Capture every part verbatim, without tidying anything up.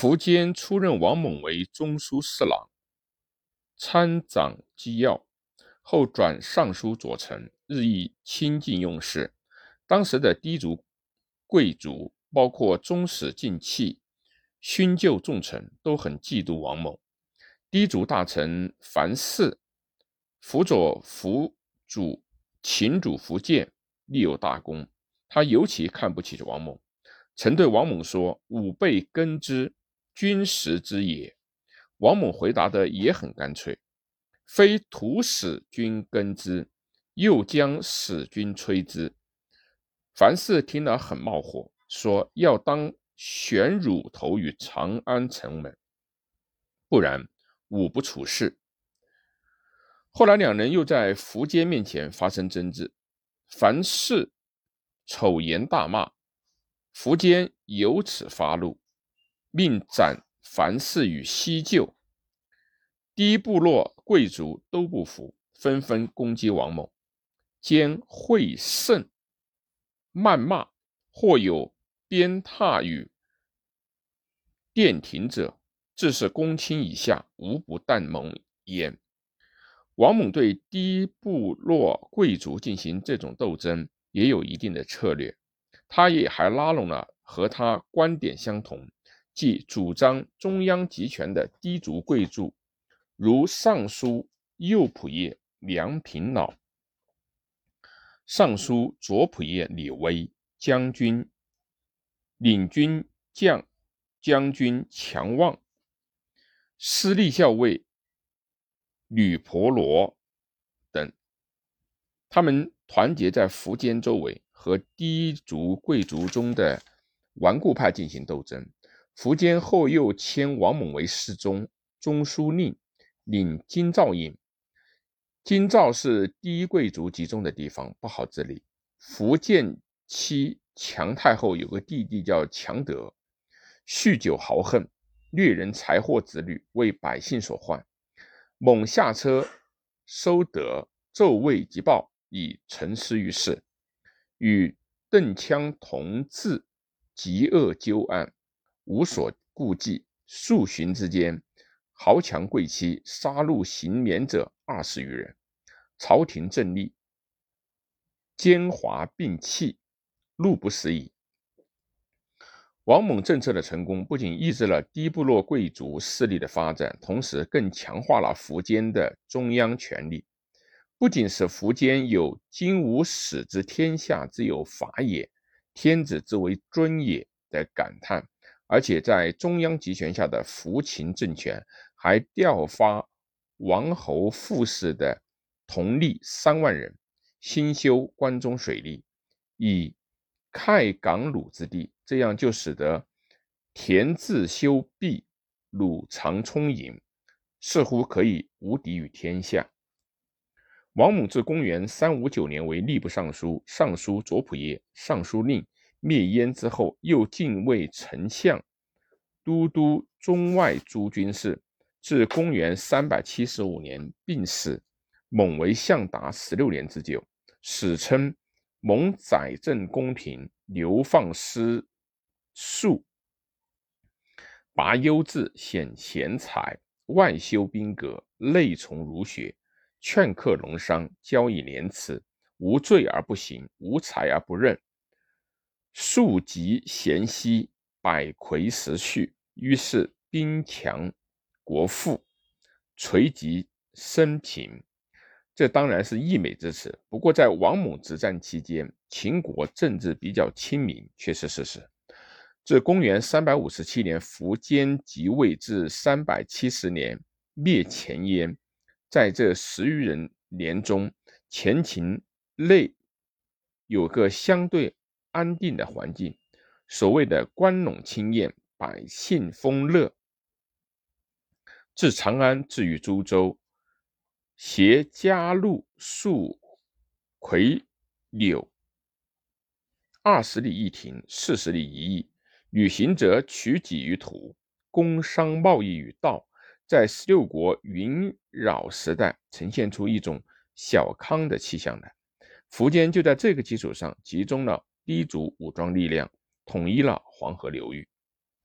苻坚出任王猛为中书侍郎、参掌机要，后转尚书左丞，日益亲近用事。当时的低族贵族，包括宗室近戚、勋旧重臣，都很嫉妒王猛。低族大臣樊氏辅佐辅主秦主苻建，立有大功，他尤其看不起王猛，曾对王猛说：“吾辈耕之，君食之也。”王猛回答的也很干脆：“非土使君耕之，又将使君吹之。”樊氏听了很冒火，说要当悬乳投于长安城门，不然吾不处事。后来两人又在苻坚面前发生争执，樊氏丑言大骂，苻坚由此发怒，命斩樊氏于西臼。第一部落贵族都不服，纷纷攻击王猛。兼会甚谩骂，或有鞭挞与殿庭者，致使公卿以下无不惮猛焉。王猛对低部落贵族进行这种斗争也有一定的策略，他也还拉拢了和他观点相同，即主张中央集权的低族贵族，如尚书右仆射梁平老、尚书左仆射李威、将军领军将将军强望、司隶校尉吕婆罗等。他们团结在苻坚周围，和低族贵族中的顽固派进行斗争。苻坚后又迁王猛为侍中、中书令，领京兆尹。京兆是低贵族集中的地方，不好治理。苻建妻强太后有个弟弟叫强德，酗酒豪横，掠人财货之旅，为百姓所患。猛下车收得奏位即报，以沉尸于世，与邓羌同治极恶纠案，无所顾忌。数旬之间，豪强贵戚杀戮行免者二十余人，朝廷政吏奸猾并弃，路不拾遗。王猛政策的成功，不仅抑制了低部落贵族势力的发展，同时更强化了苻坚的中央权力。不仅使苻坚有今无始之天下之有法也，天子之为尊也的感叹，而且在中央集权下的苻秦政权还调发王侯副氏的同吏三万人，兴修关中水利，以开港鲁之地，这样就使得田自修弊，鲁常充盈，似乎可以无敌于天下。王猛自公元三五九年为吏部尚书、尚书左仆射、尚书令，灭燕之后，又进位丞相、都督中外诸军事，至公元三百七十五年病逝。猛为相达十六年之久，史称猛宰政公平，流放失粟，拔优质，显贤才，外修兵革，内从儒学，劝克农商，交以廉耻，无罪而不行，无才而不任，庶极贤兮，百魁实序，于是兵强国富，垂极生平。这当然是溢美之词，不过在王猛执战期间，秦国政治比较清明，却是事实。自公元三百五十七年苻坚即位至三百七十年灭前燕，在这十余人年中，前秦内有个相对安定的环境，所谓的关陇清晏，百姓丰乐。自长安至于株洲，携嘉路树葵柳，二十里一亭，四十里一邑。旅行者取己于土，工商贸易于道，在十六国云扰时代呈现出一种小康的气象来。苻坚就在这个基础上集中了低族武装力量，统一了黄河流域。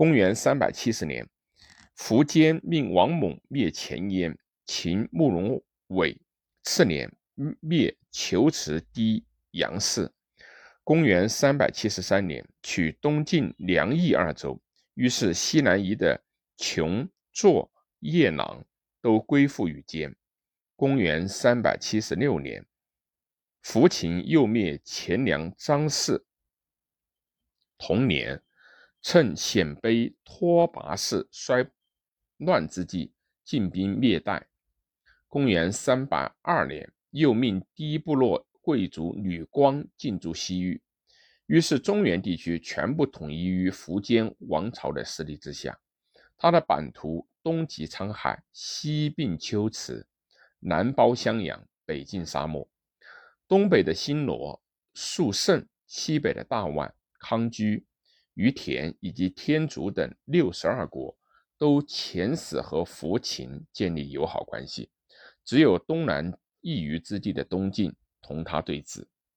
公元三百七十年，苻坚命王猛灭前燕，秦慕容伟次年灭求池堤杨氏。公元三百七十三年，取东晋梁益二州，于是西南夷的琼、座、夜郎都归附于坚。公元三百七十六年，苻秦又灭前梁张氏。同年，趁鲜卑拓跋氏衰乱之际，进兵灭代。公元三百二年，又命第一部落贵族吕光进驻西域，于是中原地区全部统一于苻坚王朝的势力之下。他的版图东及沧海，西并龟兹，南包襄阳，北进沙漠，东北的新罗、肃慎，西北的大宛、康居、于田以及天竺等六十二国都遣使和苻秦建立友好关系，只有东南一隅之地的东晋同他对峙。